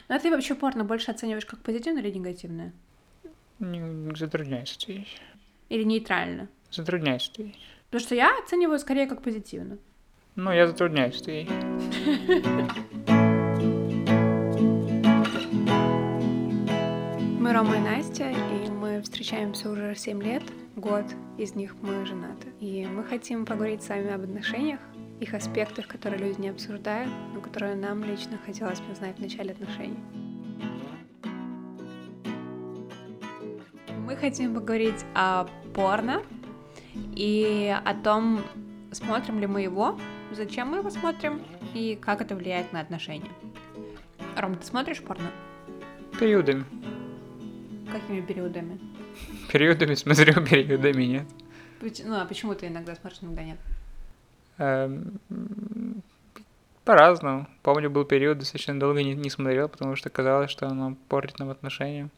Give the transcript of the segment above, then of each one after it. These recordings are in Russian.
Ну, а ты вообще порно больше оцениваешь как позитивное или негативное? Затрудняюсь ответить. Или нейтрально? Затрудняюсь ответить. Потому что я оцениваю скорее как позитивно. Ну, я затрудняюсь ответить. Мы Рома и Настя, и мы встречаемся уже 7 лет, год из них мы женаты. И мы хотим поговорить с вами об отношениях, их аспектах, которые люди не обсуждают, но которые нам лично хотелось бы узнать в начале отношений. Мы хотим поговорить о порно и о том, смотрим ли мы его, зачем мы его смотрим и как это влияет на отношения. Ром, ты смотришь порно? Периодами. Какими периодами? Периодами смотрю, периодами нет. Ну, а почему ты иногда смотришь, иногда нет? По-разному. Помню, был период, достаточно долго не смотрел, потому что казалось, что оно портит нам отношения.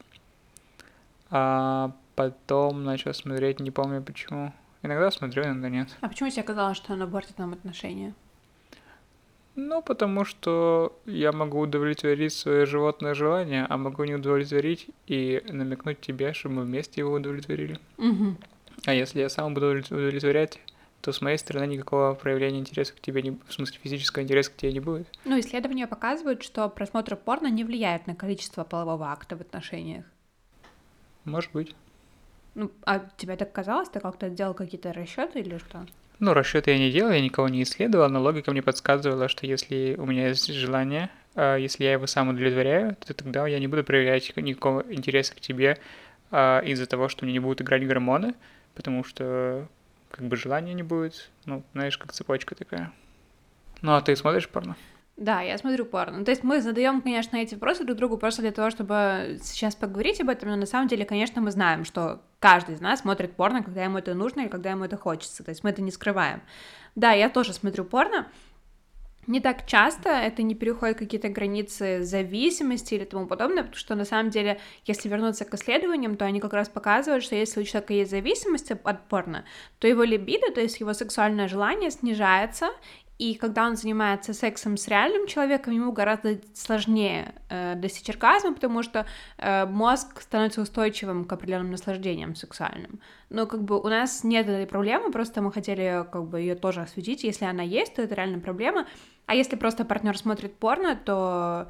А потом начал смотреть, не помню почему. Иногда смотрю, иногда нет. А почему тебе казалось, что оно портит нам отношения? Ну, потому что я могу удовлетворить свое животное желание, а могу не удовлетворить и намекнуть тебе, чтобы мы вместе его удовлетворили. Угу. А если я сам буду удовлетворять, то с моей стороны никакого проявления интереса к тебе, в смысле физического интереса к тебе не будет. Ну, исследования показывают, что просмотр порно не влияет на количество полового акта в отношениях. Может быть. Ну, а тебе так казалось? Ты как-то делал какие-то расчеты или что? Ну, расчеты я не делал, я никого не исследовал, но логика мне подсказывала, что если у меня есть желание, если я его сам удовлетворяю, то тогда я не буду проявлять никакого интереса к тебе из-за того, что мне не будут играть гормоны, потому что как бы желания не будет, ну, знаешь, как цепочка такая. Ну, а ты смотришь порно? Да, я смотрю порно. Ну, то есть мы задаем, конечно, эти вопросы друг другу просто для того, чтобы сейчас поговорить об этом, но на самом деле, конечно, мы знаем, что каждый из нас смотрит порно, когда ему это нужно или когда ему это хочется. То есть мы это не скрываем. Да, я тоже смотрю порно. Не так часто это не переходит какие-то границы зависимости или тому подобное, потому что на самом деле, если вернуться к исследованиям, то они как раз показывают, что если у человека есть зависимость от порно, то его либидо, то есть его сексуальное желание снижается, и когда он занимается сексом с реальным человеком, ему гораздо сложнее достичь оргазма, потому что мозг становится устойчивым к определенным наслаждениям сексуальным. Но как бы у нас нет этой проблемы, просто мы хотели как бы ее тоже осветить. Если она есть, то это реально проблема. А если просто партнер смотрит порно, то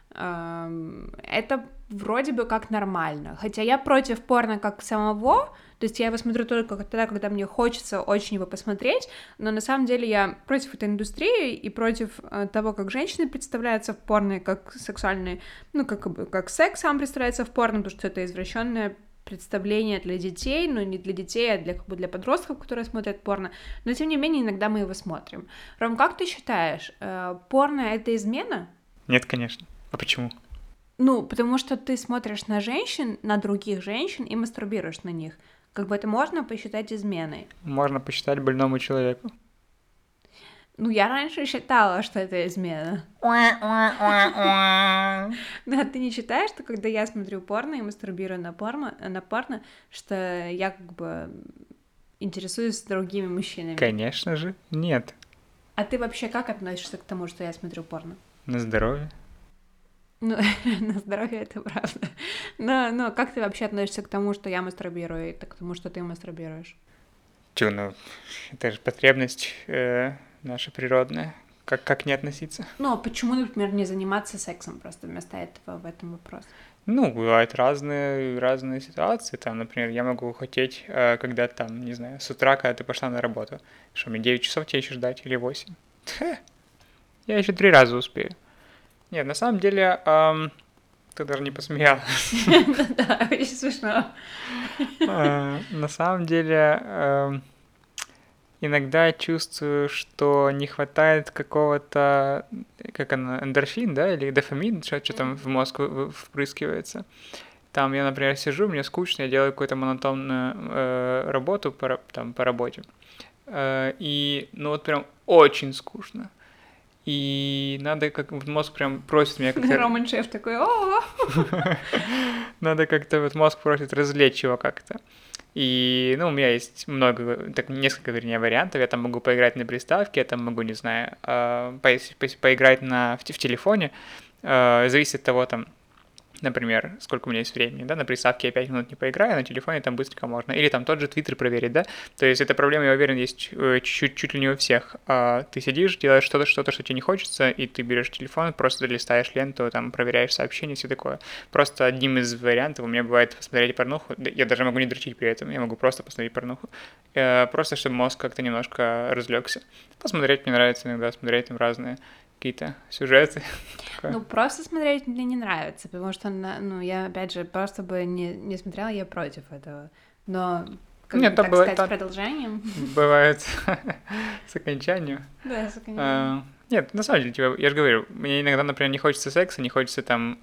это вроде бы как нормально. Хотя я против порно как самого, то есть я его смотрю только тогда, когда мне хочется очень его посмотреть, но на самом деле я против этой индустрии и против того, как женщины представляются в порно, как сексуальные, ну, как секс сам представляется в порно, потому что это извращенное представление для детей, но не для детей, а для подростков, которые смотрят порно, но тем не менее иногда мы его смотрим. Ром, как ты считаешь, порно — это измена? Нет, конечно. А почему? Ну, потому что ты смотришь на женщин, на других женщин и мастурбируешь на них. Как бы это можно посчитать изменой? Можно посчитать больному человеку. Ну, я раньше считала, что это измена. Да, ты не считаешь, что когда я смотрю порно и мастурбирую на порно, что я как бы интересуюсь другими мужчинами? Конечно же, нет. А ты вообще как относишься к тому, что я смотрю порно? На здоровье. Ну, на здоровье это правда. Но как ты вообще относишься к тому, что я мастурбирую, и к тому, что ты мастурбируешь? Чё, ну, это же потребность наша природная. Как не относиться? Ну, а почему, например, не заниматься сексом просто вместо этого в этом вопрос? Ну, бывают разные ситуации. Там, например, я могу хотеть, когда там, не знаю, с утра, когда ты пошла на работу. Что, мне 9 часов тебе еще ждать или 8? Я еще 3 раза успею. Нет, на самом деле, ты даже не посмеялась. Да, очень смешно. На самом деле, иногда я чувствую, что не хватает какого-то, как оно, эндорфин, да, или дофамин, что там в мозг впрыскивается. Там я, например, сижу, мне скучно, я делаю какую-то монотонную работу по работе. И, ну вот прям очень скучно. И надо, как вот мозг прям просит меня как-то... Роман Шеф такой, о. Надо как-то, вот мозг просит развлечь его как-то. И, ну, у меня есть несколько, вернее, вариантов. Я там могу поиграть на приставке, я там могу, не знаю, поиграть в телефоне. зависит от того, там, например, сколько у меня есть времени, да, на приставке я 5 минут не поиграю, на телефоне там быстренько можно. Или там тот же Твиттер проверить, да. То есть эта проблема, я уверен, есть чуть ли не у всех. Ты сидишь, делаешь что-то, что тебе не хочется, и ты берешь телефон, просто листаешь ленту, там, проверяешь сообщения, все такое. Просто одним из вариантов у меня бывает посмотреть порнуху. Я даже могу не дрочить при этом, я могу просто посмотреть порнуху. Просто, чтобы мозг как-то немножко разлегся. Посмотреть мне нравится иногда, смотреть там разные какие-то сюжеты. Ну, просто смотреть мне не нравится, потому что, ну, я, опять же, просто бы не смотрела, я против этого. Но, Нет, так сказать, с продолжением. Бывает с окончанием. Да, с окончанием. Нет, на самом деле, я же говорю, мне иногда, например, не хочется секса, не хочется там...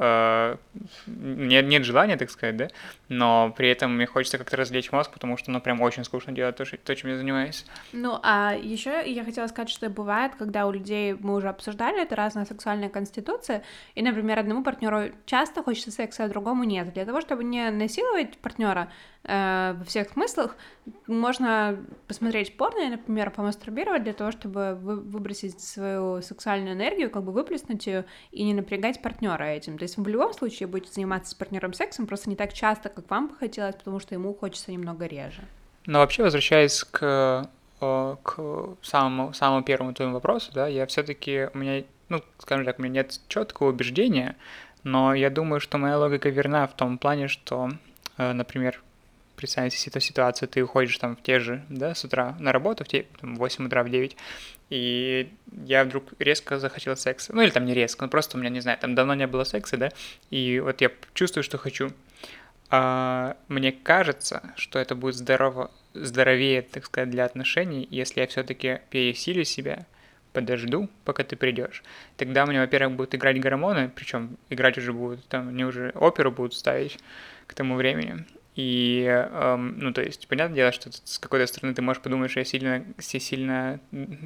нет желания, так сказать, да? Но при этом мне хочется как-то развлечь мозг, потому что, ну, прям очень скучно делать то, чем я занимаюсь. Ну, а еще я хотела сказать, что бывает, когда у людей, мы уже обсуждали, это разная сексуальная конституция, и, например, одному партнеру часто хочется секса, а другому нет. Для того, чтобы не насиловать партнера во всех смыслах, можно посмотреть порно и, например, помастурбировать для того, чтобы выбросить свою сексуальную энергию, как бы выплеснуть ее и не напрягать партнера этим. То есть в любом случае будете заниматься с партнером сексом, просто не так часто, как вам бы хотелось, потому что ему хочется немного реже. Но вообще, возвращаясь к самому первому твоему вопросу, да, я все-таки, у меня, ну, скажем так, у меня нет четкого убеждения, но я думаю, что моя логика верна в том плане, что, например, представить себе ситуацию, ты уходишь там в те же, да, с утра на работу, в 8 утра, в 9, и я вдруг резко захотел секса. Ну, или там не резко, ну, просто у меня, не знаю, там давно не было секса, да, и вот я чувствую, что хочу. Мне кажется, что это будет здоровее, так сказать, для отношений, если я все-таки пересилю себя, подожду, пока ты придешь. Тогда у меня, во-первых, будут играть гормоны, причем играть уже будут, там, они уже оперу будут ставить к тому времени. И, ну, то есть, понятное дело, что с какой-то стороны ты можешь подумать, что я сильно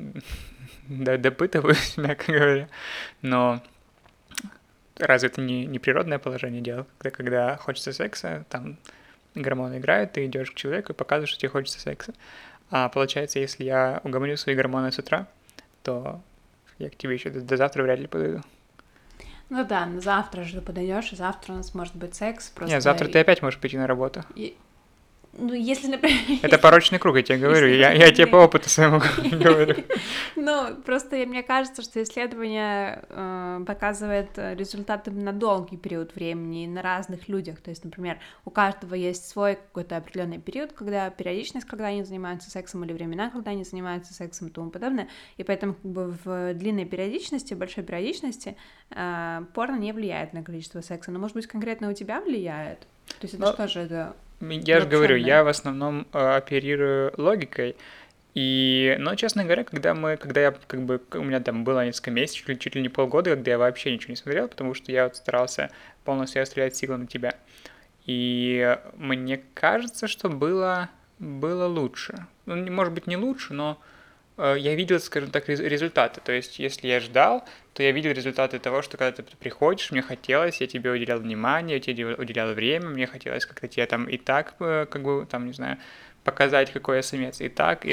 допытываюсь, мягко говоря, но разве это не природное положение дел, когда хочется секса, там гормоны играют, ты идешь к человеку и показываешь, что тебе хочется секса. А получается, если я угомоню свои гормоны с утра, то я к тебе еще до завтра вряд ли подойду. Ну да, на завтра же ты подойдешь, и завтра у нас может быть секс. Просто... Нет, завтра ты опять можешь пойти на работу. Ну, если, например... Это порочный круг, я тебе говорю. Я тебе по опыту своему говорю. Ну, просто мне кажется, что исследование показывает результаты на долгий период времени и на разных людях. То есть, например, у каждого есть свой какой-то определенный период, периодичность, когда они занимаются сексом, или времена, когда они занимаются сексом и тому подобное. И поэтому как бы в длинной периодичности, большой периодичности порно не влияет на количество секса. Но, может быть, конкретно у тебя влияет? То есть это что же это... Я же говорю, я в основном оперирую логикой. Но, честно говоря, когда я, как бы, у меня там было несколько месяцев, чуть ли не полгода, когда я вообще ничего не смотрел, потому что я вот старался полностью оставлять силы на тебя. И мне кажется, что было лучше. Ну, может быть, не лучше, но я видел, скажем так, результаты. То есть, если я ждал, то я видел результаты того, что когда ты приходишь, мне хотелось, я тебе уделял внимание, я тебе уделял время, мне хотелось как-то тебе там и так, как бы, там, не знаю, показать, какой я самец, и так.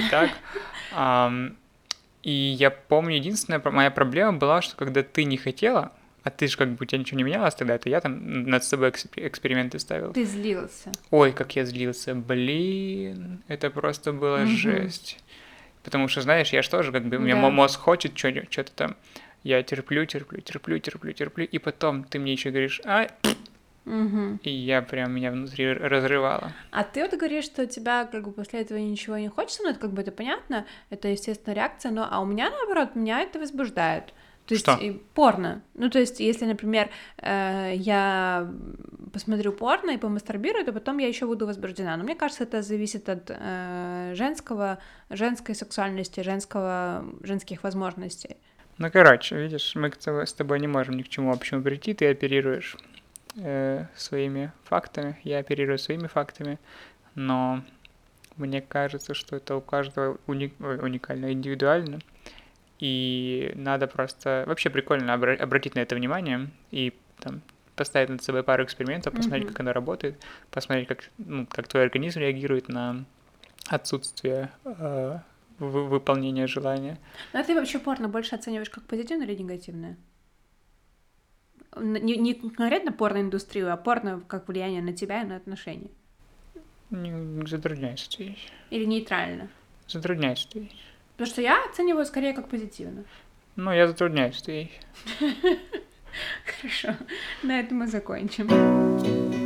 И я помню, единственная моя проблема была, что когда ты не хотела, а ты же как бы у тебя ничего не менялось тогда, то я там над собой эксперименты ставил. Ты злился. Ой, как я злился, блин, это просто была жесть. Потому что, знаешь, я же тоже, как бы, у меня мозг хочет что-то там. Я терплю, и потом ты мне еще говоришь, и я прям меня внутри разрывало. А ты вот говоришь, что у тебя как бы после этого ничего не хочется, ну это как бы это понятно, это естественная реакция, а у меня наоборот, меня это возбуждает. То есть порно. Ну, то есть, если, например, я посмотрю порно и помастурбирую, то потом я еще буду возбуждена. Но мне кажется, это зависит от женской сексуальности, женских возможностей. Ну, короче, видишь, мы с тобой не можем ни к чему общему прийти, ты оперируешь своими фактами, я оперирую своими фактами, но мне кажется, что это у каждого уникально, индивидуально. И надо просто... Вообще прикольно обратить на это внимание и там, поставить над собой пару экспериментов, посмотреть, как оно работает, посмотреть, как твой организм реагирует на отсутствие выполнения желания. Ну, а ты вообще порно больше оцениваешь как позитивное или негативное? Не конкретно порноиндустрию, а порно как влияние на тебя и на отношения? Затрудняюсь ответить. Или нейтрально? Затрудняюсь ответить. Потому что я оцениваю скорее как позитивно. Ну, я затрудняюсь ответить. Хорошо, на этом мы закончим.